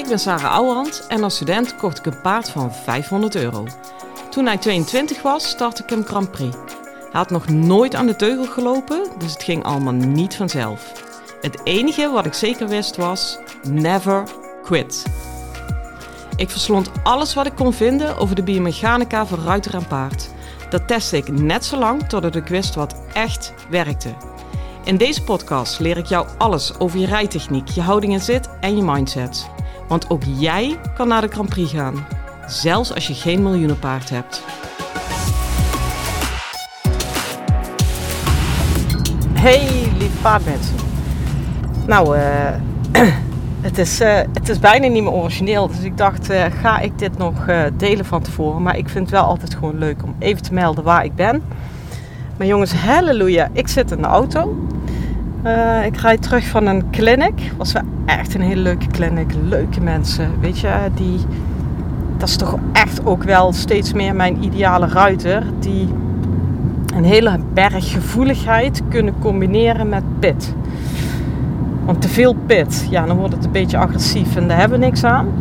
ben Sarah Ouwehand en als student kocht ik een paard van €500. Toen hij 22 was, startte ik hem Grand Prix. Hij had nog nooit aan de teugel gelopen, dus het ging allemaal niet vanzelf. Het enige wat ik zeker wist was, never quit. Ik verslond alles wat ik kon vinden over de biomechanica van ruiter en paard. Dat testte ik net zo lang totdat ik wist wat echt werkte. In deze podcast leer ik jou alles over je rijtechniek, je houding en zit en je mindset. Want ook jij kan naar de Grand Prix gaan, zelfs als je geen miljoenenpaard hebt. Hey lieve paardmensen. Nou, het is bijna niet meer origineel, dus ik dacht, ga ik dit nog delen van tevoren. Maar ik vind het wel altijd gewoon leuk om even te melden waar ik ben. Maar jongens, halleluja, ik zit in de auto. Ik rijd terug van een clinic. Was wel echt een hele leuke clinic. Leuke mensen, weet je. Dat is toch echt ook wel steeds meer mijn ideale ruiter. Die een hele berg gevoeligheid kunnen combineren met pit. Want te veel pit, ja, dan wordt het een beetje agressief en daar hebben we niks aan.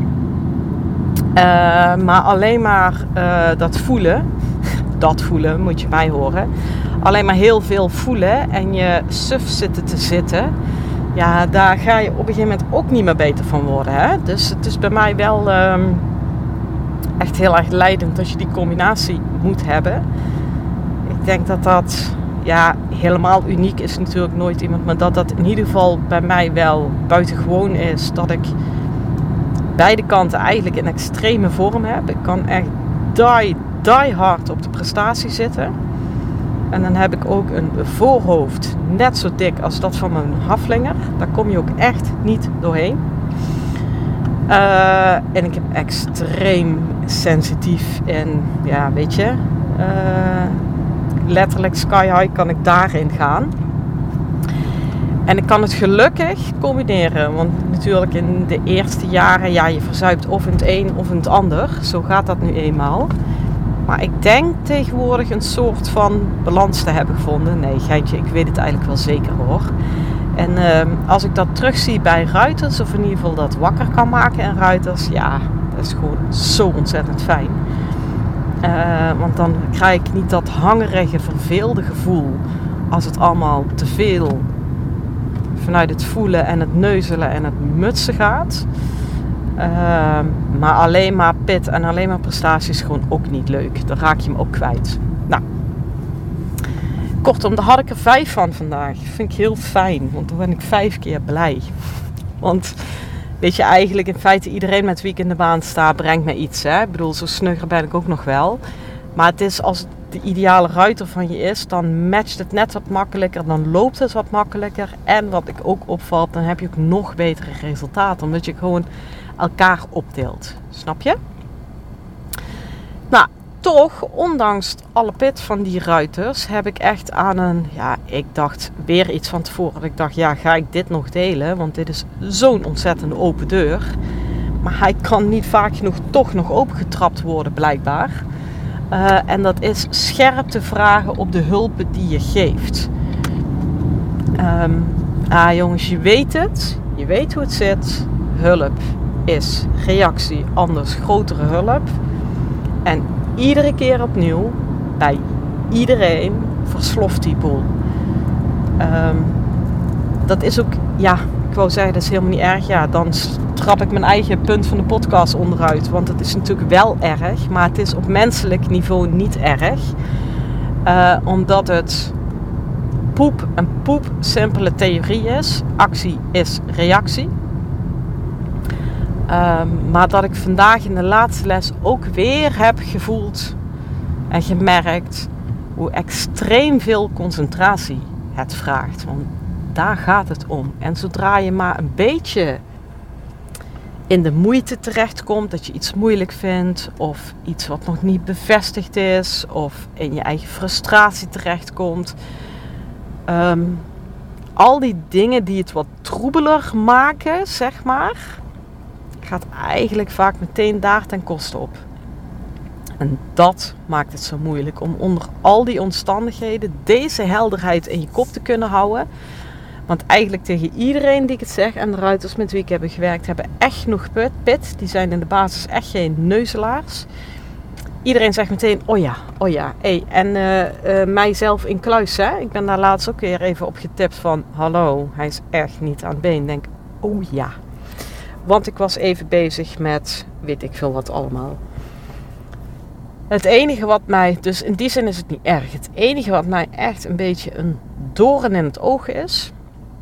Maar alleen maar dat voelen, moet je mij horen. Alleen maar heel veel voelen en je suf zitten te zitten. Ja, daar ga je op een gegeven moment ook niet meer beter van worden. Hè? Dus het is bij mij wel echt heel erg leidend als je die combinatie moet hebben. Ik denk dat ja, helemaal uniek is natuurlijk nooit iemand. Maar dat in ieder geval bij mij wel buitengewoon is. Dat ik beide kanten eigenlijk in extreme vorm heb. Ik kan echt die hard op de prestatie zitten. En dan heb ik ook een voorhoofd net zo dik als dat van mijn haflinger. Daar kom je ook echt niet doorheen. En ik heb extreem sensitief en ja, weet je, letterlijk sky high kan ik daarin gaan. En ik kan het gelukkig combineren, want natuurlijk in de eerste jaren, ja, je verzuipt of in het een of in het ander. Zo gaat dat nu eenmaal. Maar ik denk tegenwoordig een soort van balans te hebben gevonden. Nee, geintje, ik weet het eigenlijk wel zeker hoor. En als ik dat terugzie bij ruiters, of in ieder geval dat wakker kan maken in ruiters, ja, dat is gewoon zo ontzettend fijn. Want dan krijg ik niet dat hangerige, verveelde gevoel als het allemaal te veel vanuit het voelen en het neuzelen en het mutsen gaat. Maar alleen maar pit en alleen maar prestaties is gewoon ook niet leuk. Dan raak je hem ook kwijt. Nou, kortom, daar had ik er 5 van vandaag. Dat vind ik heel fijn, want dan ben ik 5 keer blij. Want weet je, eigenlijk in feite iedereen met wie ik in de baan sta brengt me iets. Hè? Ik bedoel, zo snugger ben ik ook nog wel. Maar het is als het de ideale ruiter van je is, dan matcht het net wat makkelijker. Dan loopt het wat makkelijker. En wat ik ook opvalt, dan heb je ook nog betere resultaten. Omdat je gewoon elkaar opdeelt. Snap je? Nou, toch, ondanks alle pit van die ruiters, heb ik echt ik dacht weer iets van tevoren. Ik dacht, ja, ga ik dit nog delen? Want dit is zo'n ontzettende open deur. Maar hij kan niet vaak genoeg toch nog opengetrapt worden, blijkbaar. En dat is scherp te vragen op de hulpen die je geeft. Jongens, je weet het. Je weet hoe het zit. Hulp is reactie, anders grotere hulp. En iedere keer opnieuw, bij iedereen, versloft die boel. Dat is ook, ja, ik wou zeggen, dat is helemaal niet erg. Ja, dan trap ik mijn eigen punt van de podcast onderuit. Want het is natuurlijk wel erg, maar het is op menselijk niveau niet erg. Omdat het een simpele theorie is. Actie is reactie. Maar dat ik vandaag in de laatste les ook weer heb gevoeld en gemerkt hoe extreem veel concentratie het vraagt. Want daar gaat het om. En zodra je maar een beetje in de moeite terechtkomt, dat je iets moeilijk vindt of iets wat nog niet bevestigd is of in je eigen frustratie terechtkomt. Al die dingen die het wat troebeler maken, zeg maar, gaat eigenlijk vaak meteen daar ten koste op. En dat maakt het zo moeilijk om onder al die omstandigheden deze helderheid in je kop te kunnen houden. Want eigenlijk tegen iedereen die ik het zeg en de ruiters met wie ik heb gewerkt hebben echt genoeg pit. Die zijn in de basis echt geen neuzelaars. Iedereen zegt meteen, oh ja. Hey, en mijzelf in kluis, hè. Ik ben daar laatst ook weer even op getipt van, hallo, hij is echt niet aan het been. Ik denk, oh ja. Want ik was even bezig met, weet ik veel wat allemaal. Het enige wat mij, dus in die zin is het niet erg. Het enige wat mij echt een beetje een doorn in het oog is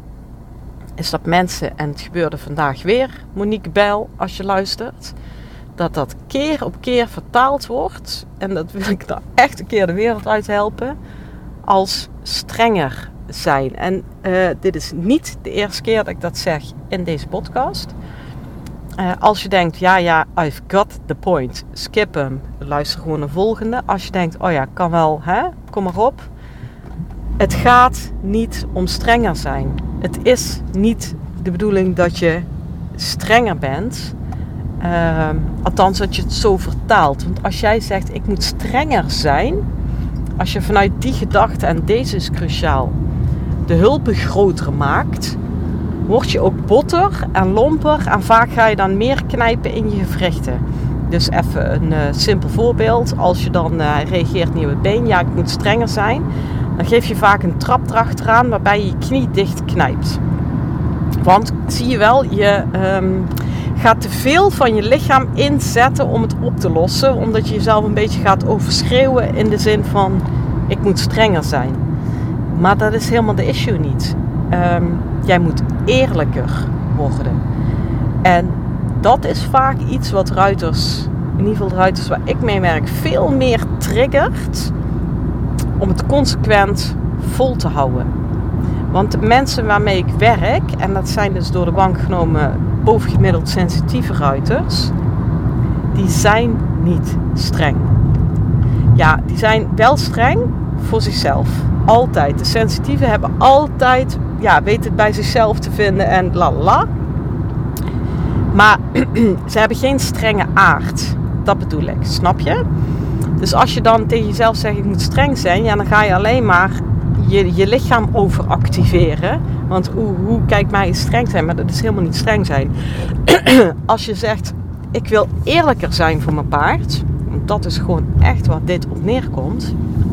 dat mensen, en het gebeurde vandaag weer, Monique Bijl, als je luistert, dat keer op keer vertaald wordt, en dat wil ik daar echt een keer de wereld uit helpen, als strenger zijn. En dit is niet de eerste keer dat ik dat zeg in deze podcast. Als je denkt, ja, I've got the point, skip hem, luister gewoon naar de volgende. Als je denkt, oh ja, kan wel, hè, kom maar op. Het gaat niet om strenger zijn. Het is niet de bedoeling dat je strenger bent. Althans, dat je het zo vertaalt. Want als jij zegt, ik moet strenger zijn, als je vanuit die gedachte, en deze is cruciaal, de hulpen groter maakt, word je ook botter en lomper en vaak ga je dan meer knijpen in je gewrichten. Dus even een simpel voorbeeld. Als je dan reageert niet op het been, ja, ik moet strenger zijn, dan geef je vaak een trap erachteraan waarbij je je knie dicht knijpt. Want zie je wel, je gaat te veel van je lichaam inzetten om het op te lossen, omdat je jezelf een beetje gaat overschreeuwen in de zin van, ik moet strenger zijn. Maar dat is helemaal de issue niet. Jij moet eerlijker worden. En dat is vaak iets wat ruiters, in ieder geval de ruiters waar ik mee werk, veel meer triggert om het consequent vol te houden. Want de mensen waarmee ik werk, en dat zijn dus door de bank genomen bovengemiddeld sensitieve ruiters, die zijn niet streng. Ja, die zijn wel streng voor zichzelf. Altijd. De sensitieven hebben altijd, weten het bij zichzelf te vinden en lalala. Maar ze hebben geen strenge aard. Dat bedoel ik, snap je? Dus als je dan tegen jezelf zegt, ik moet streng zijn, ja, dan ga je alleen maar je lichaam overactiveren. Want hoe kijk mij streng zijn? Maar dat is helemaal niet streng zijn. Als je zegt, ik wil eerlijker zijn voor mijn paard, want dat is gewoon echt wat dit op neerkomt.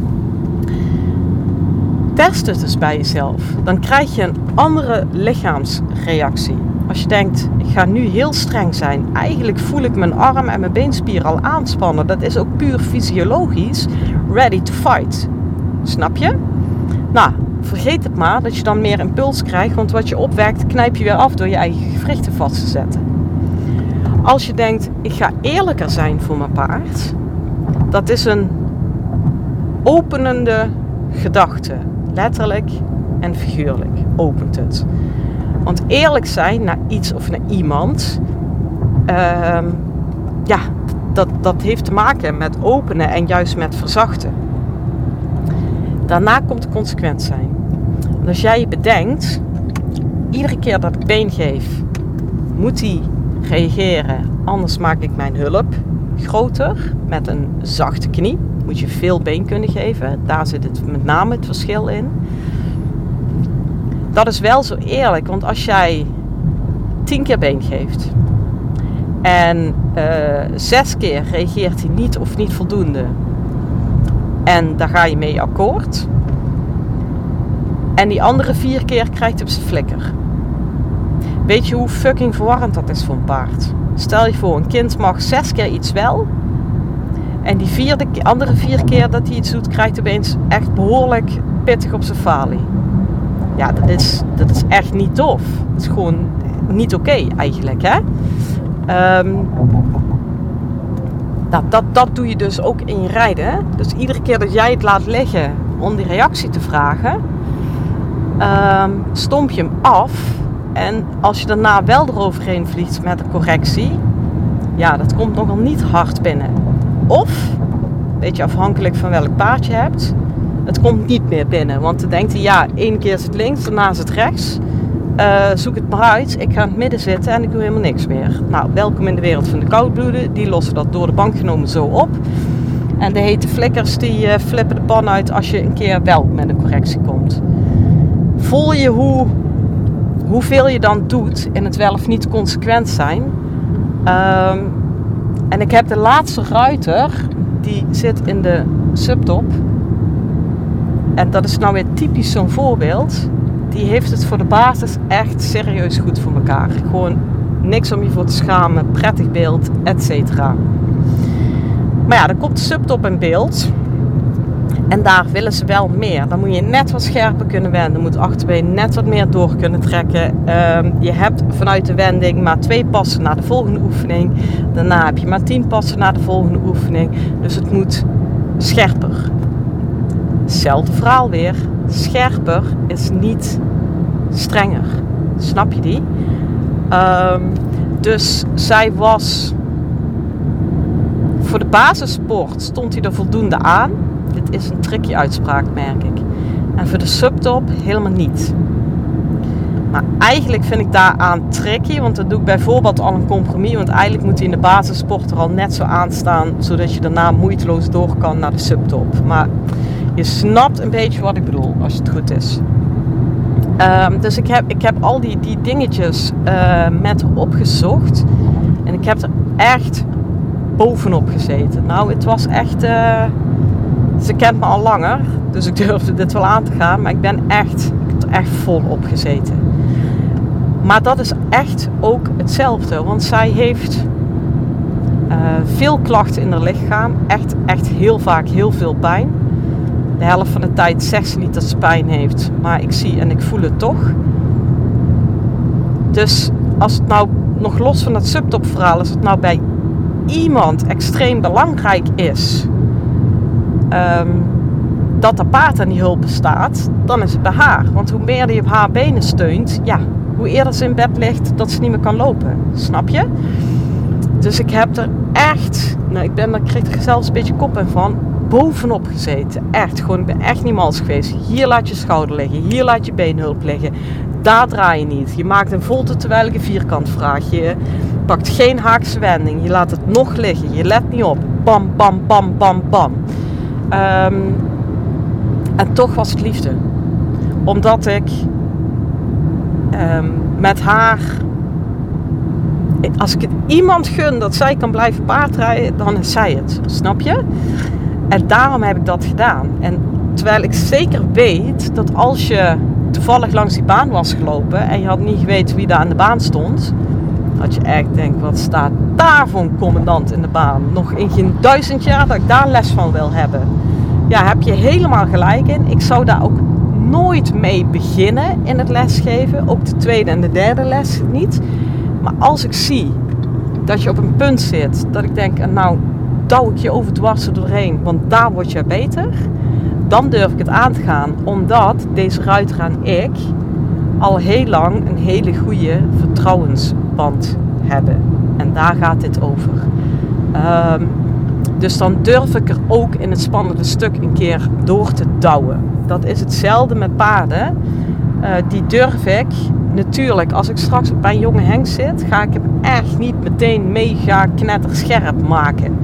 Test het dus bij jezelf. Dan krijg je een andere lichaamsreactie. Als je denkt, ik ga nu heel streng zijn. Eigenlijk voel ik mijn arm en mijn beenspier al aanspannen. Dat is ook puur fysiologisch. Ready to fight. Snap je? Nou, vergeet het maar dat je dan meer impuls krijgt. Want wat je opwekt, knijp je weer af door je eigen gewrichten vast te zetten. Als je denkt, ik ga eerlijker zijn voor mijn paard. Dat is een openende gedachte. Letterlijk en figuurlijk opent het. Want eerlijk zijn naar iets of naar iemand, dat heeft te maken met openen en juist met verzachten. Daarna komt consequent zijn. En als jij je bedenkt, iedere keer dat ik been geef, moet hij reageren, anders maak ik mijn hulp groter met een zachte knie. Moet je veel been kunnen geven. Daar zit het met name het verschil in. Dat is wel zo eerlijk. Want als jij 10 keer been geeft. En 6 keer reageert hij niet of niet voldoende. En daar ga je mee akkoord. En die andere 4 keer krijgt hij op zijn flikker. Weet je hoe fucking verwarrend dat is voor een paard? Stel je voor, een kind mag 6 keer iets wel. En die andere 4 keer dat hij iets doet, krijgt hij opeens echt behoorlijk pittig op zijn falie. Ja, dat is echt niet tof. Dat is gewoon niet oké eigenlijk, hè. Dat doe je dus ook in je rijden. Hè? Dus iedere keer dat jij het laat liggen om die reactie te vragen, stomp je hem af. En als je daarna wel eroverheen vliegt met de correctie, ja, dat komt nogal niet hard binnen. Of, weet je, afhankelijk van welk paard je hebt, het komt niet meer binnen. Want dan denkt hij, ja, 1 keer is het links, daarna is het rechts. Zoek het maar uit, ik ga in het midden zitten en ik doe helemaal niks meer. Nou, welkom in de wereld van de koudbloeden. Die lossen dat door de bank genomen zo op. En de hete flikkers die flippen de pan uit als je een keer wel met een correctie komt. Voel je hoe hoeveel je dan doet in het wel of niet consequent zijn. En ik heb de laatste ruiter, die zit in de subtop. En dat is nou weer typisch zo'n voorbeeld. Die heeft het voor de basis echt serieus goed voor elkaar. Gewoon niks om je voor te schamen, prettig beeld, etc. Maar ja, dan komt de subtop in beeld. En daar willen ze wel meer. Dan moet je net wat scherper kunnen wenden. Dan moet achterbeen net wat meer door kunnen trekken. Je hebt vanuit de wending maar 2 passen naar de volgende oefening. Daarna heb je maar 10 passen naar de volgende oefening. Dus het moet scherper. Hetzelfde verhaal weer. Scherper is niet strenger. Snap je die? Dus zij was... Voor de basissport stond hij er voldoende aan. Dit is een tricky uitspraak, merk ik. En voor de subtop helemaal niet. Maar eigenlijk vind ik daaraan tricky. Want dan doe ik bijvoorbeeld al een compromis. Want eigenlijk moet hij in de basissport er al net zo aan staan. Zodat je daarna moeiteloos door kan naar de subtop. Maar je snapt een beetje wat ik bedoel. Als het goed is. Dus ik heb al die dingetjes met haar opgezocht. En ik heb er echt bovenop gezeten. Nou, het was echt... Ze kent me al langer, dus ik durfde dit wel aan te gaan. Maar ik heb er echt volop gezeten. Maar dat is echt ook hetzelfde. Want zij heeft veel klachten in haar lichaam. Echt heel vaak heel veel pijn. De helft van de tijd zegt ze niet dat ze pijn heeft. Maar ik zie en ik voel het toch. Dus als het nou nog los van het subtopverhaal, als het nou bij iemand extreem belangrijk is... dat de paard aan die hulp bestaat, dan is het bij haar. Want hoe meer die op haar benen steunt, ja, hoe eerder ze in bed ligt, dat ze niet meer kan lopen. Snap je? Dus ik heb er echt, daar kreeg ik zelfs een beetje kop in van, bovenop gezeten. Echt, gewoon, ik ben echt niet mals geweest. Hier laat je schouder liggen, hier laat je beenhulp liggen. Daar draai je niet. Je maakt een volte terwijl ik een vierkant vraag. Je pakt geen haakse wending. Je laat het nog liggen. Je let niet op. Bam, bam, bam, bam, bam. En toch was het liefde. Omdat ik met haar... Als ik het iemand gun dat zij kan blijven paardrijden, dan is zij het. Snap je? En daarom heb ik dat gedaan. En terwijl ik zeker weet dat als je toevallig langs die baan was gelopen en je had niet geweten wie daar aan de baan stond, had je echt denkt, wat staat daar voor een commandant in de baan? Nog in geen 1000 jaar dat ik daar les van wil hebben. Ja, heb je helemaal gelijk in. Ik zou daar ook nooit mee beginnen in het lesgeven. Ook de tweede en de derde les niet. Maar als ik zie dat je op een punt zit dat ik denk, nou douw ik je overdwars doorheen, want daar word je beter. Dan durf ik het aan te gaan, omdat deze ruiter en ik al heel lang een hele goede vertrouwensband hebben. En daar gaat dit over. Dus dan durf ik er ook in het spannende stuk een keer door te douwen. Dat is hetzelfde met paarden. Die durf ik natuurlijk, als ik straks bij een jonge hengst zit, ga ik hem echt niet meteen mega knetterscherp maken.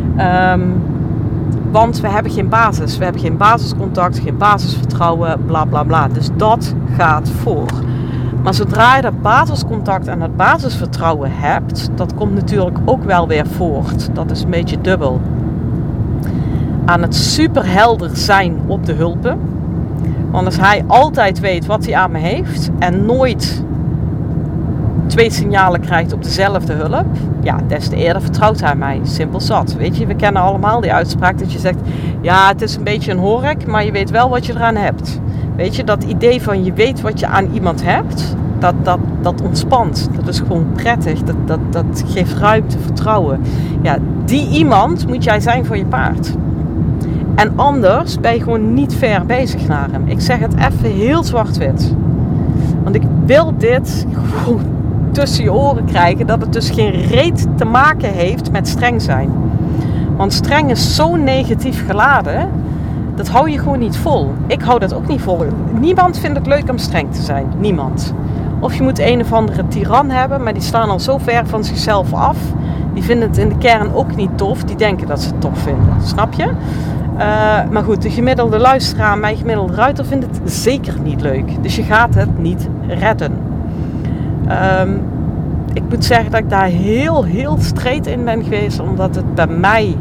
Want we hebben geen basis. We hebben geen basiscontact, geen basisvertrouwen, bla bla bla. Dus dat gaat voor. Maar zodra je dat basiscontact en dat basisvertrouwen hebt, dat komt natuurlijk ook wel weer voort. Dat is een beetje dubbel. Aan het superhelder zijn op de hulpen. Want als hij altijd weet wat hij aan me heeft en nooit 2 signalen krijgt op dezelfde hulp, ja, des te eerder vertrouwt hij mij. Simpel zat. Weet je, we kennen allemaal die uitspraak dat je zegt, ja, het is een beetje een hork, maar je weet wel wat je eraan hebt. Weet je, dat idee van je weet wat je aan iemand hebt, dat ontspant. Dat is gewoon prettig. Dat geeft ruimte, vertrouwen. Ja, die iemand moet jij zijn voor je paard. En anders ben je gewoon niet ver bezig naar hem. Ik zeg het even heel zwart-wit. Want ik wil dit gewoon tussen je oren krijgen, dat het dus geen reet te maken heeft met streng zijn. Want streng is zo negatief geladen, dat hou je gewoon niet vol. Ik hou dat ook niet vol. Niemand vindt het leuk om streng te zijn. Niemand. Of je moet een of andere tiran hebben, maar die staan al zo ver van zichzelf af. Die vinden het in de kern ook niet tof. Die denken dat ze het tof vinden. Snap je? Maar goed, de gemiddelde luisteraar, mijn gemiddelde ruiter vindt het zeker niet leuk. Dus je gaat het niet redden. Ik moet zeggen dat ik daar heel, heel straight in ben geweest. Omdat het bij mij,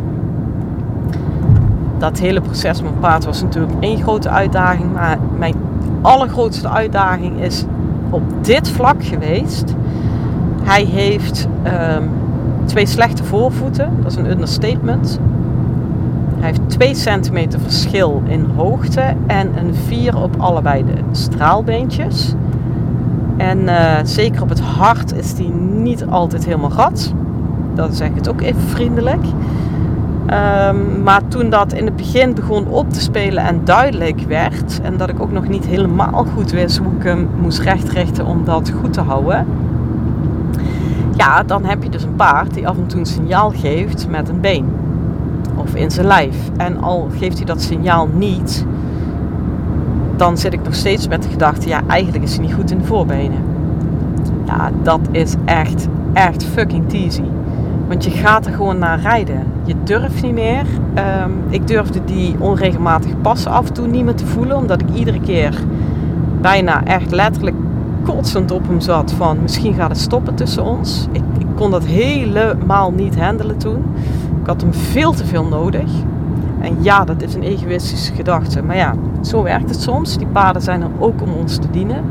dat hele proces met mijn paard was natuurlijk één grote uitdaging. Maar mijn allergrootste uitdaging is op dit vlak geweest. Hij heeft 2 slechte voorvoeten. Dat is een understatement. Hij heeft 2 centimeter verschil in hoogte. En een 4 op allebei de straalbeentjes. En zeker op het hart is die niet altijd helemaal rad. Dat zeg ik het ook even vriendelijk. Maar toen dat in het begin begon op te spelen en duidelijk werd. En dat ik ook nog niet helemaal goed wist hoe ik hem moest rechtrichten om dat goed te houden. Ja, dan heb je dus een paard die af en toe een signaal geeft met een been. Of in zijn lijf. En al geeft hij dat signaal niet, dan zit ik nog steeds met de gedachte, ja, eigenlijk is hij niet goed in de voorbenen. Ja, dat is echt, echt fucking teasy. Want je gaat er gewoon naar rijden. Je durft niet meer. Ik durfde die onregelmatige passen af en toe niet meer te voelen. Omdat ik iedere keer bijna echt letterlijk kotsend op hem zat van misschien gaat het stoppen tussen ons. Ik kon dat helemaal niet handelen toen. Ik had hem veel te veel nodig. En ja, dat is een egoïstische gedachte. Maar ja, zo werkt het soms. Die paarden zijn er ook om ons te dienen.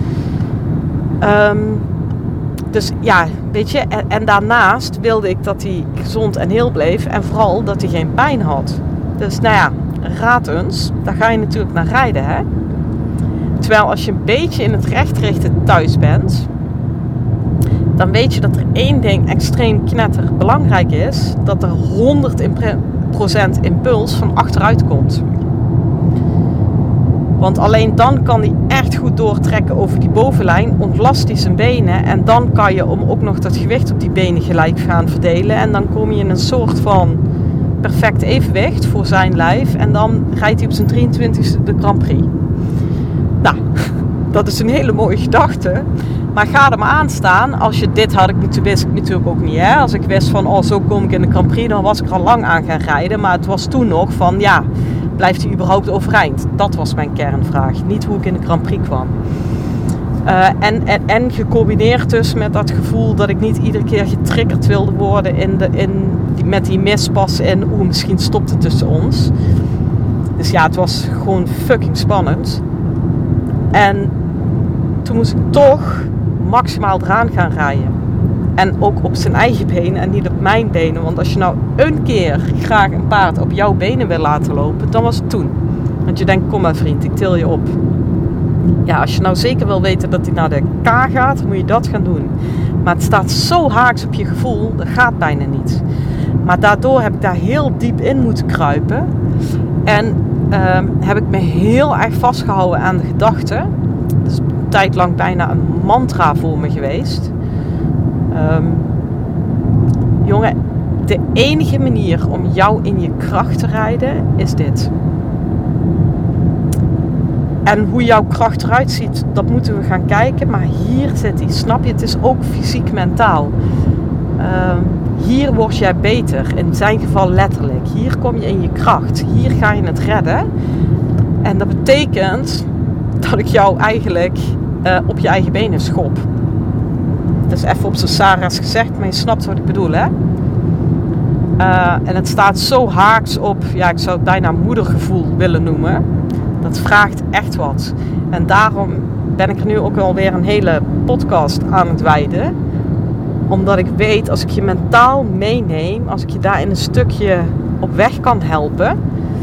Dus ja, weet je. En daarnaast wilde ik dat hij gezond en heel bleef. En vooral dat hij geen pijn had. Dus nou ja, raad eens. Daar ga je natuurlijk naar rijden, hè. Terwijl als je een beetje in het rechtrichten thuis bent, dan weet je dat er één ding extreem knetter belangrijk is. Dat er 100% impuls van achteruit komt. Want alleen dan kan hij echt goed doortrekken over die bovenlijn, ontlast hij zijn benen en dan kan je om ook nog dat gewicht op die benen gelijk gaan verdelen. En dan kom je in een soort van perfect evenwicht voor zijn lijf en dan rijdt hij op zijn 23e de Grand Prix. Nou, dat is een hele mooie gedachte. Maar ga er maar aan staan. Als je dit had wist ik natuurlijk ook niet. Hè? Als ik wist van, zo kom ik in de Grand Prix, dan was ik er al lang aan gaan rijden. Maar het was toen nog van, ja, blijft hij überhaupt overeind? Dat was mijn kernvraag. Niet hoe ik in de Grand Prix kwam. En gecombineerd dus met dat gevoel dat ik niet iedere keer getriggerd wilde worden met die mispas en misschien stopt het tussen ons. Dus ja, het was gewoon fucking spannend. En toen moest ik toch maximaal eraan gaan rijden. En ook op zijn eigen benen en niet op mijn benen. Want als je nou een keer graag een paard op jouw benen wil laten lopen, dan was het toen. Want je denkt, kom maar vriend, ik til je op. Ja, als je nou zeker wil weten dat hij naar de K gaat, moet je dat gaan doen. Maar het staat zo haaks op je gevoel, dat gaat bijna niet. Maar daardoor heb ik daar heel diep in moeten kruipen. En heb ik me heel erg vastgehouden aan de gedachte. Dat is een tijd lang bijna een mantra voor me geweest. Jongen, de enige manier om jou in je kracht te rijden is dit. En hoe jouw kracht eruit ziet, dat moeten we gaan kijken. Maar hier zit hij, snap je? Het is ook fysiek-mentaal. Hier word jij beter, in zijn geval letterlijk. Hier kom je in je kracht. Hier ga je het redden. En dat betekent dat ik jou eigenlijk op je eigen benen schop. Dat is even op zijn Sarah's gezegd, maar je snapt wat ik bedoel, hè? En het staat zo haaks op, ja, ik zou het bijna moedergevoel willen noemen. Dat vraagt echt wat. En daarom ben ik er nu ook alweer een hele podcast aan het wijden. Omdat ik weet, als ik je mentaal meeneem, als ik je daar in een stukje op weg kan helpen,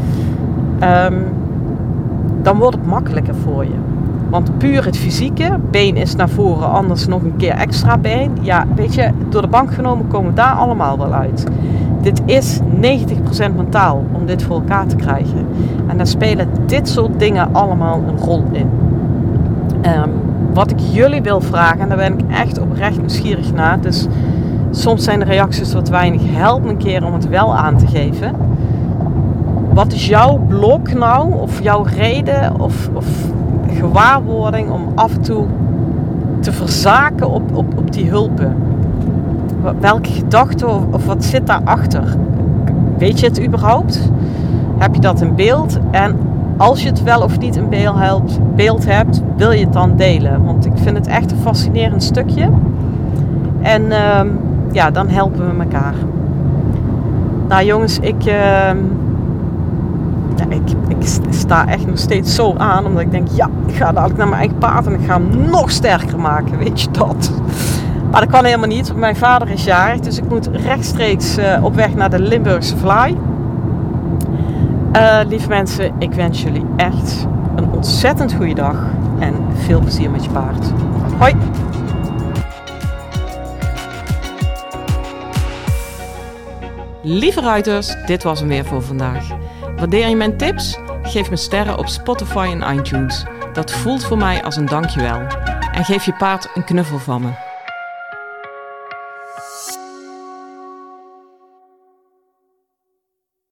dan wordt het makkelijker voor je. Want puur het fysieke, been is naar voren, anders nog een keer extra been. Ja, weet je, door de bank genomen komen we daar allemaal wel uit. Dit is 90% mentaal om dit voor elkaar te krijgen. En daar spelen dit soort dingen allemaal een rol in. Wat ik jullie wil vragen, en daar ben ik echt oprecht nieuwsgierig naar. Dus soms zijn de reacties wat weinig. Help me een keer om het wel aan te geven. Wat is jouw blok nou, of jouw reden, of gewaarwording om af en toe te verzaken op die hulpen? Welke gedachten of wat zit daarachter? Weet je het überhaupt? Heb je dat in beeld? En als je het wel of niet in beeld hebt, wil je het dan delen. Want ik vind het echt een fascinerend stukje. En dan helpen we elkaar. Nou jongens, ik sta echt nog steeds zo aan. Omdat ik denk, ik ga dadelijk naar mijn eigen paard en ik ga hem nog sterker maken. Weet je dat? Maar dat kan helemaal niet, want mijn vader is jarig. Dus ik moet rechtstreeks op weg naar de Limburgse Vlaai. Lieve mensen, ik wens jullie echt een ontzettend goede dag. En veel plezier met je paard. Hoi! Lieve ruiters, dit was hem weer voor vandaag. Waardeer je mijn tips? Geef me sterren op Spotify en iTunes. Dat voelt voor mij als een dankjewel. En geef je paard een knuffel van me.